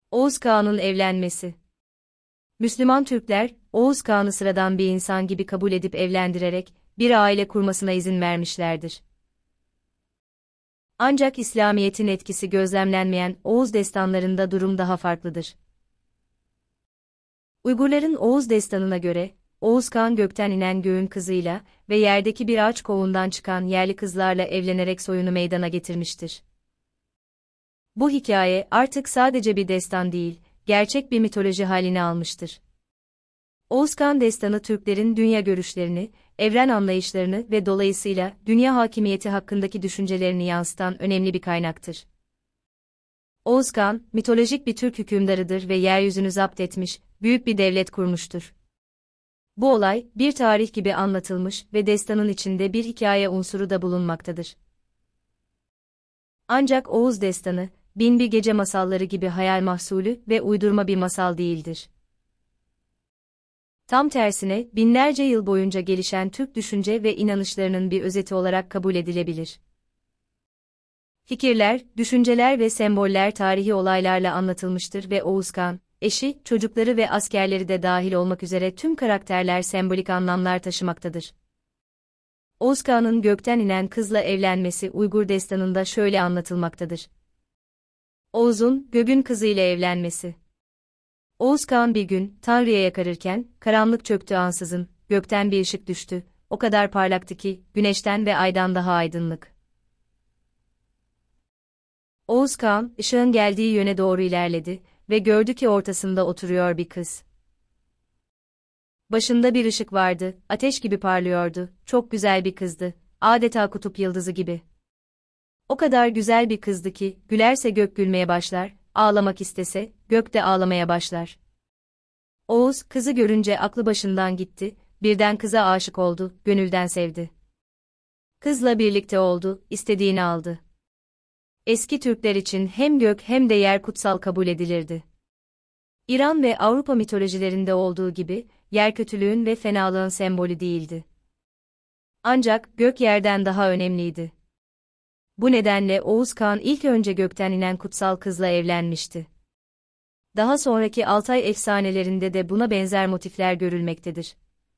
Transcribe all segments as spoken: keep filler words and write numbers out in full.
Oğuz Kağan'ın evlenmesi. Müslüman Türkler, Oğuz Kağan'ı sıradan bir insan gibi kabul edip evlendirerek, bir aile kurmasına izin vermişlerdir. Ancak İslamiyet'in etkisi gözlemlenmeyen Oğuz destanlarında durum daha farklıdır. Uygurların Oğuz destanına göre, Oğuz Kağan gökten inen göğün kızıyla ve yerdeki bir ağaç kovuğundan çıkan yerli kızlarla evlenerek soyunu meydana getirmiştir. Bu hikaye artık sadece bir destan değil, gerçek bir mitoloji halini almıştır. Oğuz Kağan destanı Türklerin dünya görüşlerini, evren anlayışlarını ve dolayısıyla dünya hakimiyeti hakkındaki düşüncelerini yansıtan önemli bir kaynaktır. Oğuz Kağan, mitolojik bir Türk hükümdarıdır ve yeryüzünü zapt etmiş, büyük bir devlet kurmuştur. Bu olay, bir tarih gibi anlatılmış ve destanın içinde bir hikaye unsuru da bulunmaktadır. Ancak Oğuz destanı, Bin Bir Gece masalları gibi hayal mahsulü ve uydurma bir masal değildir. Tam tersine, binlerce yıl boyunca gelişen Türk düşünce ve inanışlarının bir özeti olarak kabul edilebilir. Fikirler, düşünceler ve semboller tarihi olaylarla anlatılmıştır ve Oğuz Kağan, eşi, çocukları ve askerleri de dahil olmak üzere tüm karakterler sembolik anlamlar taşımaktadır. Oğuz Kağan'ın gökten inen kızla evlenmesi Uygur destanında şöyle anlatılmaktadır. Oğuz'un, göğün kızıyla evlenmesi. Oğuz Kağan bir gün, Tanrı'ya yakarırken, karanlık çöktü ansızın, gökten bir ışık düştü, o kadar parlaktı ki, güneşten ve aydan daha aydınlık. Oğuz Kağan, ışığın geldiği yöne doğru ilerledi ve gördü ki ortasında oturuyor bir kız. Başında bir ışık vardı, ateş gibi parlıyordu, çok güzel bir kızdı, adeta kutup yıldızı gibi. O kadar güzel bir kızdı ki, gülerse gök gülmeye başlar, ağlamak istese, gök de ağlamaya başlar. Oğuz, kızı görünce aklı başından gitti, birden kıza aşık oldu, gönülden sevdi. Kızla birlikte oldu, istediğini aldı. Eski Türkler için hem gök hem de yer kutsal kabul edilirdi. İran ve Avrupa mitolojilerinde olduğu gibi, yer kötülüğün ve fenalığın sembolü değildi. Ancak gök yerden daha önemliydi. Bu nedenle Oğuz Kağan ilk önce gökten inen kutsal kızla evlenmişti. Daha sonraki Altay efsanelerinde de buna benzer motifler görülmektedir.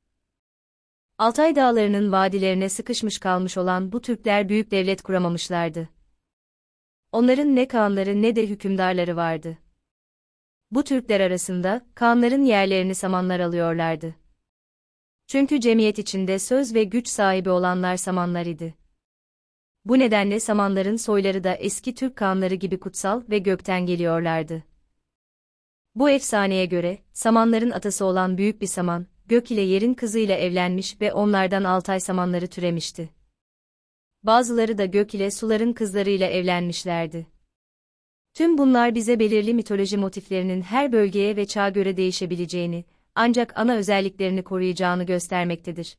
Altay dağlarının vadilerine sıkışmış kalmış olan bu Türkler büyük devlet kuramamışlardı. Onların ne kağanları ne de hükümdarları vardı. Bu Türkler arasında, kağanların yerlerini samanlar alıyorlardı. Çünkü cemiyet içinde söz ve güç sahibi olanlar samanlar idi. Bu nedenle samanların soyları da eski Türk kağanları gibi kutsal ve gökten geliyorlardı. Bu efsaneye göre, samanların atası olan büyük bir saman, gök ile yerin kızıyla evlenmiş ve onlardan Altay samanları türemişti. Bazıları da gök ile suların kızlarıyla evlenmişlerdi. Tüm bunlar bize belirli mitoloji motiflerinin her bölgeye ve çağa göre değişebileceğini, ancak ana özelliklerini koruyacağını göstermektedir.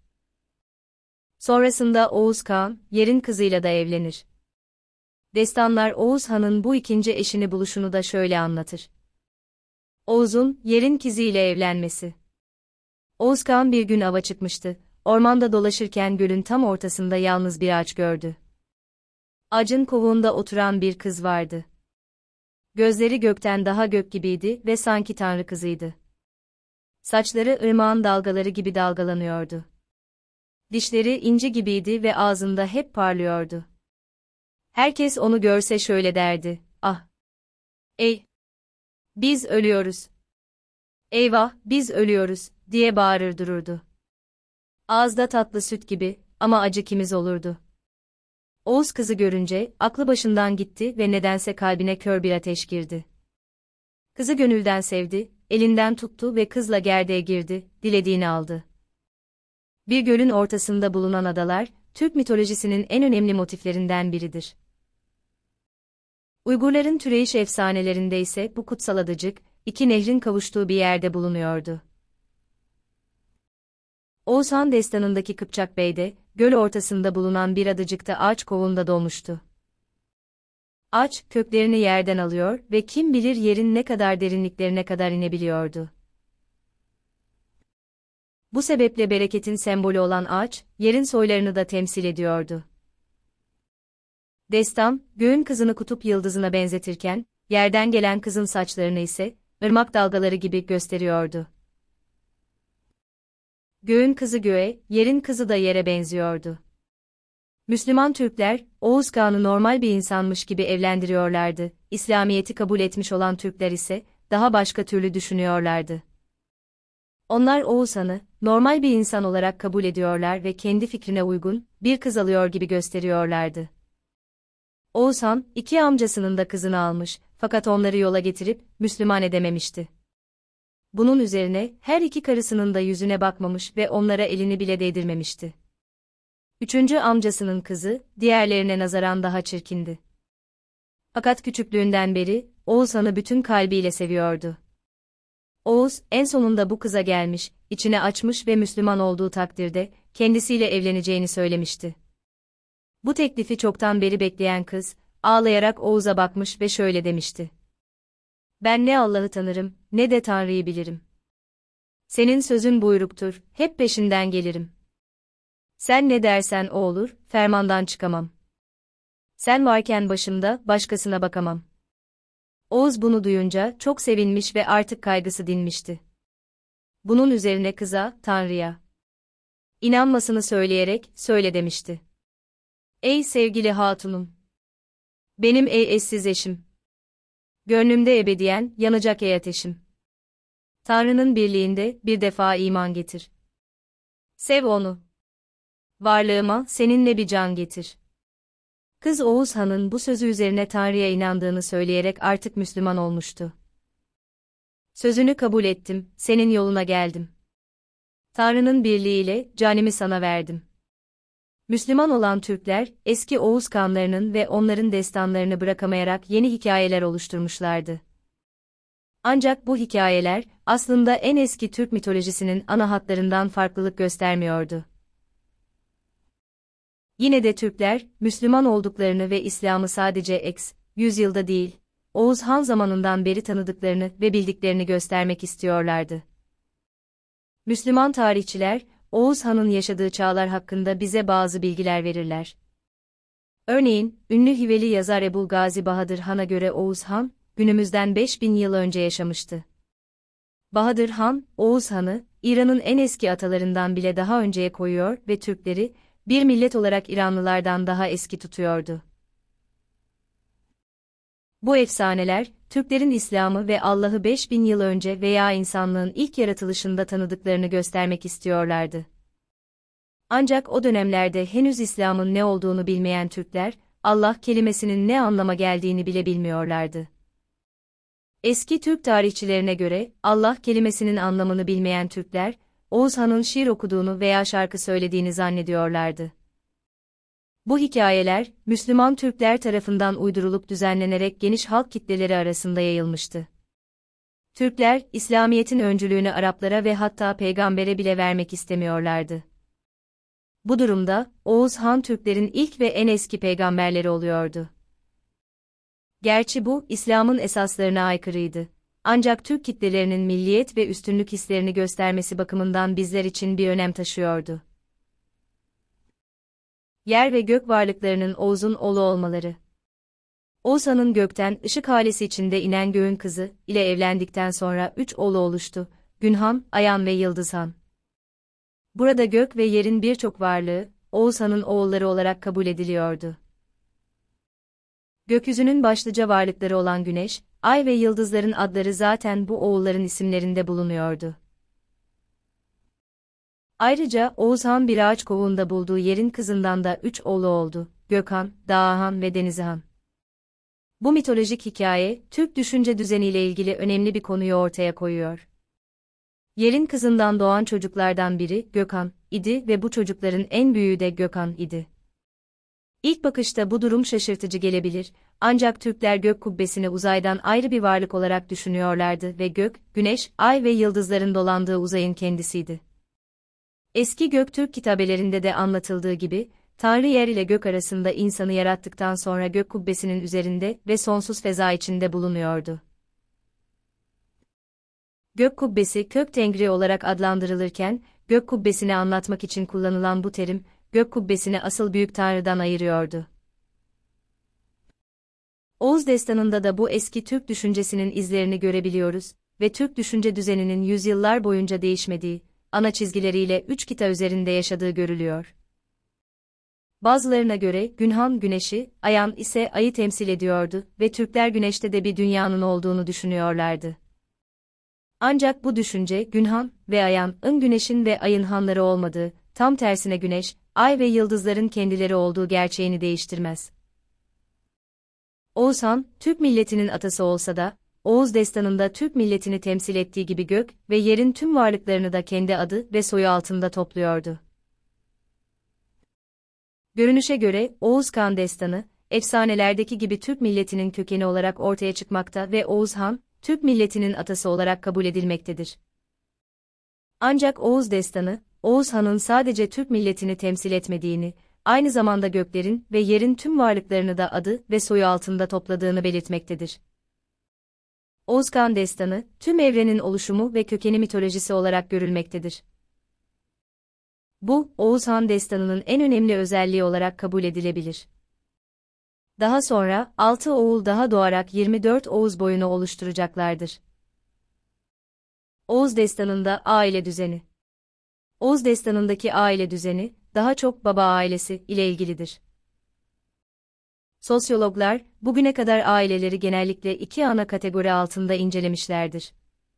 Sonrasında Oğuz Kağan, yerin kızıyla da evlenir. Destanlar Oğuz Han'ın bu ikinci eşini buluşunu da şöyle anlatır. Oğuz'un, yerin kızıyla evlenmesi. Oğuz Kağan bir gün ava çıkmıştı, ormanda dolaşırken gölün tam ortasında yalnız bir ağaç gördü. Ağacın kovuğunda oturan bir kız vardı. Gözleri gökten daha gök gibiydi ve sanki tanrı kızıydı. Saçları ırmağın dalgaları gibi dalgalanıyordu. Dişleri inci gibiydi ve ağzında hep parlıyordu. Herkes onu görse şöyle derdi, ah! Ey! Biz ölüyoruz! Eyvah, biz ölüyoruz, diye bağırır dururdu. Ağızda tatlı süt gibi, ama acı kimiz olurdu. Oğuz kızı görünce, aklı başından gitti ve nedense kalbine kör bir ateş girdi. Kızı gönülden sevdi, elinden tuttu ve kızla gerdeğe girdi, dilediğini aldı. Bir gölün ortasında bulunan adalar, Türk mitolojisinin en önemli motiflerinden biridir. Uygurların Türeyiş efsanelerinde ise bu kutsal adacık, iki nehrin kavuştuğu bir yerde bulunuyordu. Oğuz Han destanındaki Kıpçak Bey de, göl ortasında bulunan bir adacıkta ağaç kovuğunda doğmuştu. Ağaç, köklerini yerden alıyor ve kim bilir yerin ne kadar derinliklerine kadar inebiliyordu. Bu sebeple bereketin sembolü olan ağaç, yerin soylarını da temsil ediyordu. Destan, göğün kızını kutup yıldızına benzetirken, yerden gelen kızın saçlarını ise, ırmak dalgaları gibi gösteriyordu. Göğün kızı göğe, yerin kızı da yere benziyordu. Müslüman Türkler, Oğuz Kağan'ı normal bir insanmış gibi evlendiriyorlardı, İslamiyet'i kabul etmiş olan Türkler ise, daha başka türlü düşünüyorlardı. Onlar Oğuz Han'ı, normal bir insan olarak kabul ediyorlar ve kendi fikrine uygun, bir kız alıyor gibi gösteriyorlardı. Oğuz Han, iki amcasının da kızını almış, fakat onları yola getirip, Müslüman edememişti. Bunun üzerine, her iki karısının da yüzüne bakmamış ve onlara elini bile değdirmemişti. Üçüncü amcasının kızı, diğerlerine nazaran daha çirkindi. Fakat küçüklüğünden beri, Oğuz Han'ı bütün kalbiyle seviyordu. Oğuz, en sonunda bu kıza gelmiş, içine açmış ve Müslüman olduğu takdirde, kendisiyle evleneceğini söylemişti. Bu teklifi çoktan beri bekleyen kız, ağlayarak Oğuz'a bakmış ve şöyle demişti. Ben ne Allah'ı tanırım, ne de Tanrı'yı bilirim. Senin sözün buyruktur, hep peşinden gelirim. Sen ne dersen o olur, fermandan çıkamam. Sen varken başımda, başkasına bakamam. Oğuz bunu duyunca çok sevinmiş ve artık kaygısı dinmişti. Bunun üzerine kıza, Tanrı'ya inanmasını söyleyerek, söyle demişti. Ey sevgili hatunum! Benim ey eşsiz eşim! Gönlümde ebediyen, yanacak ey ateşim! Tanrı'nın birliğinde bir defa iman getir. Sev onu. Varlığıma seninle bir can getir. Kız Oğuz Han'ın bu sözü üzerine Tanrı'ya inandığını söyleyerek artık Müslüman olmuştu. Sözünü kabul ettim, senin yoluna geldim. Tanrı'nın birliğiyle canımı sana verdim. Müslüman olan Türkler, eski Oğuz kanlarının ve onların destanlarını bırakamayarak yeni hikayeler oluşturmuşlardı. Ancak bu hikayeler, aslında en eski Türk mitolojisinin ana hatlarından farklılık göstermiyordu. Yine de Türkler, Müslüman olduklarını ve İslam'ı sadece X yüzyılda değil, Oğuz Han zamanından beri tanıdıklarını ve bildiklerini göstermek istiyorlardı. Müslüman tarihçiler, Oğuz Han'ın yaşadığı çağlar hakkında bize bazı bilgiler verirler. Örneğin, ünlü Hiveli yazar Ebul Gazi Bahadır Han'a göre Oğuz Han, günümüzden beş bin yıl önce yaşamıştı. Bahadır Han, Oğuz Han'ı, İran'ın en eski atalarından bile daha önceye koyuyor ve Türkleri, bir millet olarak İranlılardan daha eski tutuyordu. Bu efsaneler, Türklerin İslam'ı ve Allah'ı beş bin yıl önce veya insanlığın ilk yaratılışında tanıdıklarını göstermek istiyorlardı. Ancak o dönemlerde henüz İslam'ın ne olduğunu bilmeyen Türkler, Allah kelimesinin ne anlama geldiğini bile bilmiyorlardı. Eski Türk tarihçilerine göre, Allah kelimesinin anlamını bilmeyen Türkler, Oğuz Han'ın şiir okuduğunu veya şarkı söylediğini zannediyorlardı. Bu hikayeler, Müslüman Türkler tarafından uydurulup düzenlenerek geniş halk kitleleri arasında yayılmıştı. Türkler, İslamiyet'in öncülüğünü Araplara ve hatta peygambere bile vermek istemiyorlardı. Bu durumda, Oğuz Han Türklerin ilk ve en eski peygamberleri oluyordu. Gerçi bu, İslam'ın esaslarına aykırıydı. Ancak Türk kitlelerinin milliyet ve üstünlük hislerini göstermesi bakımından bizler için bir önem taşıyordu. Yer ve gök varlıklarının Oğuz'un oğlu olmaları. Oğuz Han'ın gökten ışık halesi içinde inen göğün kızı ile evlendikten sonra üç oğlu oluştu: Günhan, Ayan ve Yıldız Han. Burada gök ve yerin birçok varlığı, Oğuz Han'ın oğulları olarak kabul ediliyordu. Gökyüzünün başlıca varlıkları olan güneş, ay ve yıldızların adları zaten bu oğulların isimlerinde bulunuyordu. Ayrıca Oğuz Han bir ağaç kovuğunda bulduğu yerin kızından da üç oğlu oldu: Gökhan, Dağhan ve Denizhan. Bu mitolojik hikaye, Türk düşünce düzeniyle ilgili önemli bir konuyu ortaya koyuyor. Yerin kızından doğan çocuklardan biri Gökhan idi ve bu çocukların en büyüğü de Gökhan idi. İlk bakışta bu durum şaşırtıcı gelebilir, ancak Türkler gök kubbesini uzaydan ayrı bir varlık olarak düşünüyorlardı ve gök, güneş, ay ve yıldızların dolandığı uzayın kendisiydi. Eski Göktürk kitabelerinde de anlatıldığı gibi, Tanrı yer ile gök arasında insanı yarattıktan sonra gök kubbesinin üzerinde ve sonsuz feza içinde bulunuyordu. Gök kubbesi kök tengri olarak adlandırılırken, gök kubbesini anlatmak için kullanılan bu terim, gök kubbesini asıl büyük Tanrı'dan ayırıyordu. Oğuz Destanı'nda da bu eski Türk düşüncesinin izlerini görebiliyoruz ve Türk düşünce düzeninin yüzyıllar boyunca değişmediği, ana çizgileriyle üç kıta üzerinde yaşadığı görülüyor. Bazılarına göre Günhan güneşi, Ayan ise ayı temsil ediyordu ve Türkler güneşte de bir dünyanın olduğunu düşünüyorlardı. Ancak bu düşünce Günhan ve Ayan'ın güneşin ve ayın hanları olmadığı, tam tersine güneş, ay ve yıldızların kendileri olduğu gerçeğini değiştirmez. Oğuz Han, Türk milletinin atası olsa da, Oğuz Destanı'nda Türk milletini temsil ettiği gibi gök ve yerin tüm varlıklarını da kendi adı ve soyu altında topluyordu. Görünüşe göre Oğuz Kan Destanı, efsanelerdeki gibi Türk milletinin kökeni olarak ortaya çıkmakta ve Oğuz Han, Türk milletinin atası olarak kabul edilmektedir. Ancak Oğuz Destanı, Oğuz Han'ın sadece Türk milletini temsil etmediğini, aynı zamanda göklerin ve yerin tüm varlıklarını da adı ve soyu altında topladığını belirtmektedir. Oğuz Kan Destanı, tüm evrenin oluşumu ve kökeni mitolojisi olarak görülmektedir. Bu, Oğuz Han Destanı'nın en önemli özelliği olarak kabul edilebilir. Daha sonra, altı oğul daha doğarak yirmi dört Oğuz boyunu oluşturacaklardır. Oğuz Destanı'nda aile düzeni. Oğuz Destanı'ndaki aile düzeni, daha çok baba ailesi ile ilgilidir. Sosyologlar, bugüne kadar aileleri genellikle iki ana kategori altında incelemişlerdir.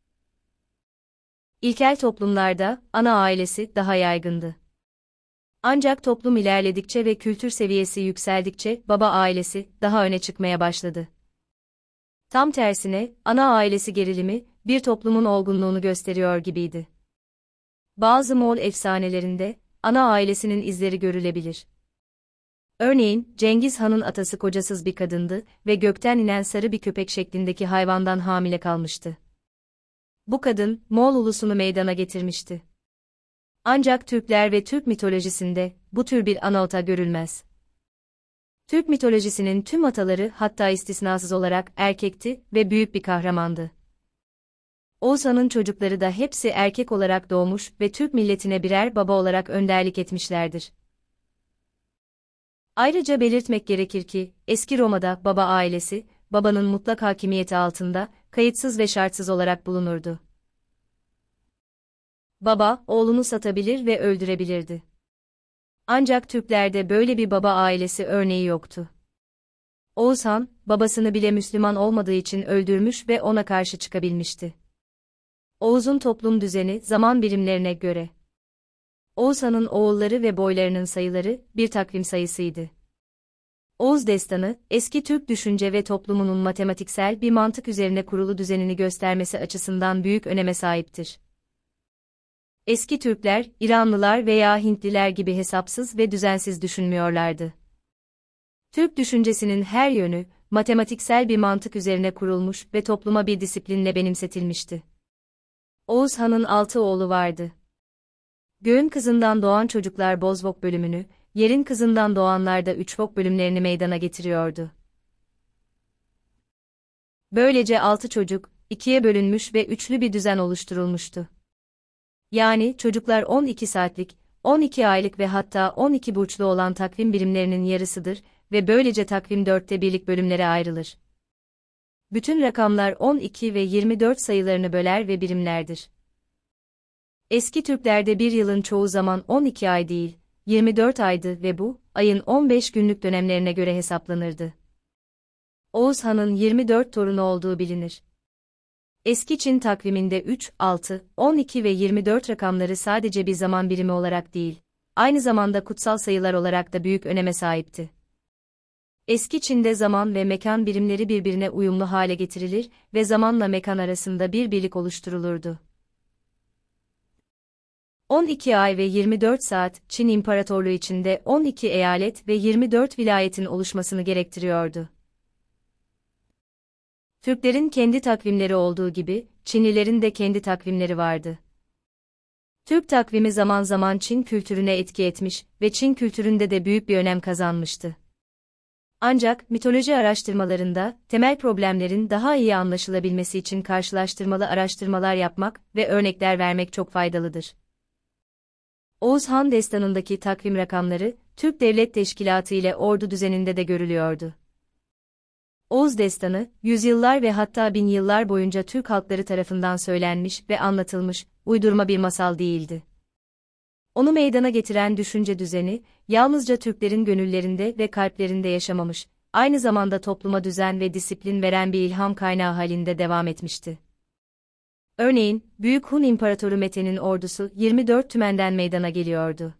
İlkel toplumlarda, ana ailesi daha yaygındı. Ancak toplum ilerledikçe ve kültür seviyesi yükseldikçe baba ailesi daha öne çıkmaya başladı. Tam tersine, ana ailesi gerilimi, bir toplumun olgunluğunu gösteriyor gibiydi. Bazı Moğol efsanelerinde, ana ailesinin izleri görülebilir. Örneğin, Cengiz Han'ın atası kocasız bir kadındı ve gökten inen sarı bir köpek şeklindeki hayvandan hamile kalmıştı. Bu kadın, Moğol ulusunu meydana getirmişti. Ancak Türkler ve Türk mitolojisinde, bu tür bir anaota görülmez. Türk mitolojisinin tüm ataları hatta istisnasız olarak erkekti ve büyük bir kahramandı. Oğuz Han'ın çocukları da hepsi erkek olarak doğmuş ve Türk milletine birer baba olarak önderlik etmişlerdir. Ayrıca belirtmek gerekir ki, eski Roma'da baba ailesi, babanın mutlak hakimiyeti altında, kayıtsız ve şartsız olarak bulunurdu. Baba, oğlunu satabilir ve öldürebilirdi. Ancak Türklerde böyle bir baba ailesi örneği yoktu. Oğuz Han, babasını bile Müslüman olmadığı için öldürmüş ve ona karşı çıkabilmişti. Oğuz'un toplum düzeni zaman birimlerine göre. Oğuz Han'ın oğulları ve boylarının sayıları bir takvim sayısıydı. Oğuz Destanı, eski Türk düşünce ve toplumunun matematiksel bir mantık üzerine kurulu düzenini göstermesi açısından büyük öneme sahiptir. Eski Türkler, İranlılar veya Hintliler gibi hesapsız ve düzensiz düşünmüyorlardı. Türk düşüncesinin her yönü, matematiksel bir mantık üzerine kurulmuş ve topluma bir disiplinle benimsetilmişti. Oğuz Han'ın altı oğlu vardı. Göğün kızından doğan çocuklar Bozvok bölümünü, yerin kızından doğanlar da Üçvok bölümlerini meydana getiriyordu. Böylece altı çocuk, ikiye bölünmüş ve üçlü bir düzen oluşturulmuştu. Yani çocuklar on iki saatlik, on iki aylık ve hatta on iki burçlu olan takvim birimlerinin yarısıdır ve böylece takvim dörtte birlik bölümlere ayrılır. Bütün rakamlar on iki ve yirmi dört sayılarını böler ve birimlerdir. Eski Türklerde bir yılın çoğu zaman on iki ay değil, yirmi dört aydı ve bu, ayın on beş günlük dönemlerine göre hesaplanırdı. Oğuz Han'ın yirmi dört torunu olduğu bilinir. Eski Çin takviminde üç, altı, on iki ve yirmi dört rakamları sadece bir zaman birimi olarak değil, aynı zamanda kutsal sayılar olarak da büyük öneme sahipti. Eski Çin'de zaman ve mekan birimleri birbirine uyumlu hale getirilir ve zamanla mekan arasında bir birlik oluşturulurdu. on iki ay ve yirmi dört saat, Çin İmparatorluğu içinde on iki eyalet ve yirmi dört vilayetin oluşmasını gerektiriyordu. Türklerin kendi takvimleri olduğu gibi, Çinlilerin de kendi takvimleri vardı. Türk takvimi zaman zaman Çin kültürüne etki etmiş ve Çin kültüründe de büyük bir önem kazanmıştı. Ancak, mitoloji araştırmalarında, temel problemlerin daha iyi anlaşılabilmesi için karşılaştırmalı araştırmalar yapmak ve örnekler vermek çok faydalıdır. Oğuz Han Destanı'ndaki takvim rakamları, Türk Devlet Teşkilatı ile ordu düzeninde de görülüyordu. Oğuz Destanı, yüzyıllar ve hatta bin yıllar boyunca Türk halkları tarafından söylenmiş ve anlatılmış, uydurma bir masal değildi. Onu meydana getiren düşünce düzeni, yalnızca Türklerin gönüllerinde ve kalplerinde yaşamamış, aynı zamanda topluma düzen ve disiplin veren bir ilham kaynağı halinde devam etmişti. Örneğin, Büyük Hun İmparatoru Mete'nin ordusu yirmi dört tümenden meydana geliyordu.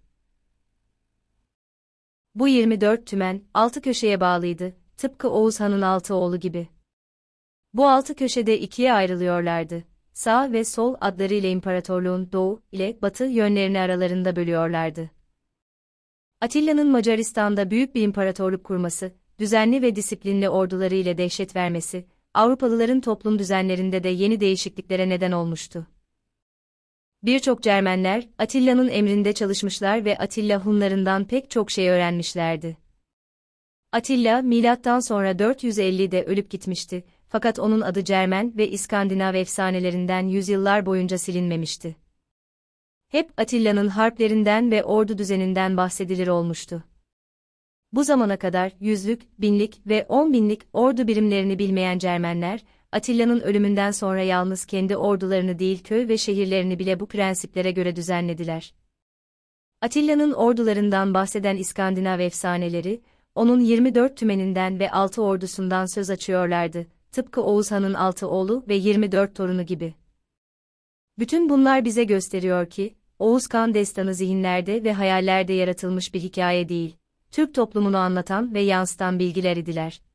Bu yirmi dört tümen, altı köşeye bağlıydı, tıpkı Oğuz Han'ın altı oğlu gibi. Bu altı köşede ikiye ayrılıyorlardı. Sağ ve sol adlarıyla imparatorluğun doğu ile batı yönlerini aralarında bölüyorlardı. Atilla'nın Macaristan'da büyük bir imparatorluk kurması, düzenli ve disiplinli orduları ile dehşet vermesi, Avrupalıların toplum düzenlerinde de yeni değişikliklere neden olmuştu. Birçok Cermenler, Atilla'nın emrinde çalışmışlar ve Atilla Hunlarından pek çok şey öğrenmişlerdi. Atilla, milattan sonra dört yüz ellide ölüp gitmişti, fakat onun adı Cermen ve İskandinav efsanelerinden yüzyıllar boyunca silinmemişti. Hep Atilla'nın harplerinden ve ordu düzeninden bahsedilir olmuştu. Bu zamana kadar yüzlük, binlik ve on binlik ordu birimlerini bilmeyen Cermenler, Atilla'nın ölümünden sonra yalnız kendi ordularını değil köy ve şehirlerini bile bu prensiplere göre düzenlediler. Atilla'nın ordularından bahseden İskandinav efsaneleri, onun yirmi dört tümeninden ve altı ordusundan söz açıyorlardı, tıpkı Oğuz Han'ın altı oğlu ve yirmi dört torunu gibi. Bütün bunlar bize gösteriyor ki, Oğuz Kan destanı zihinlerde ve hayallerde yaratılmış bir hikaye değil, Türk toplumunu anlatan ve yansıtan bilgiler idiler.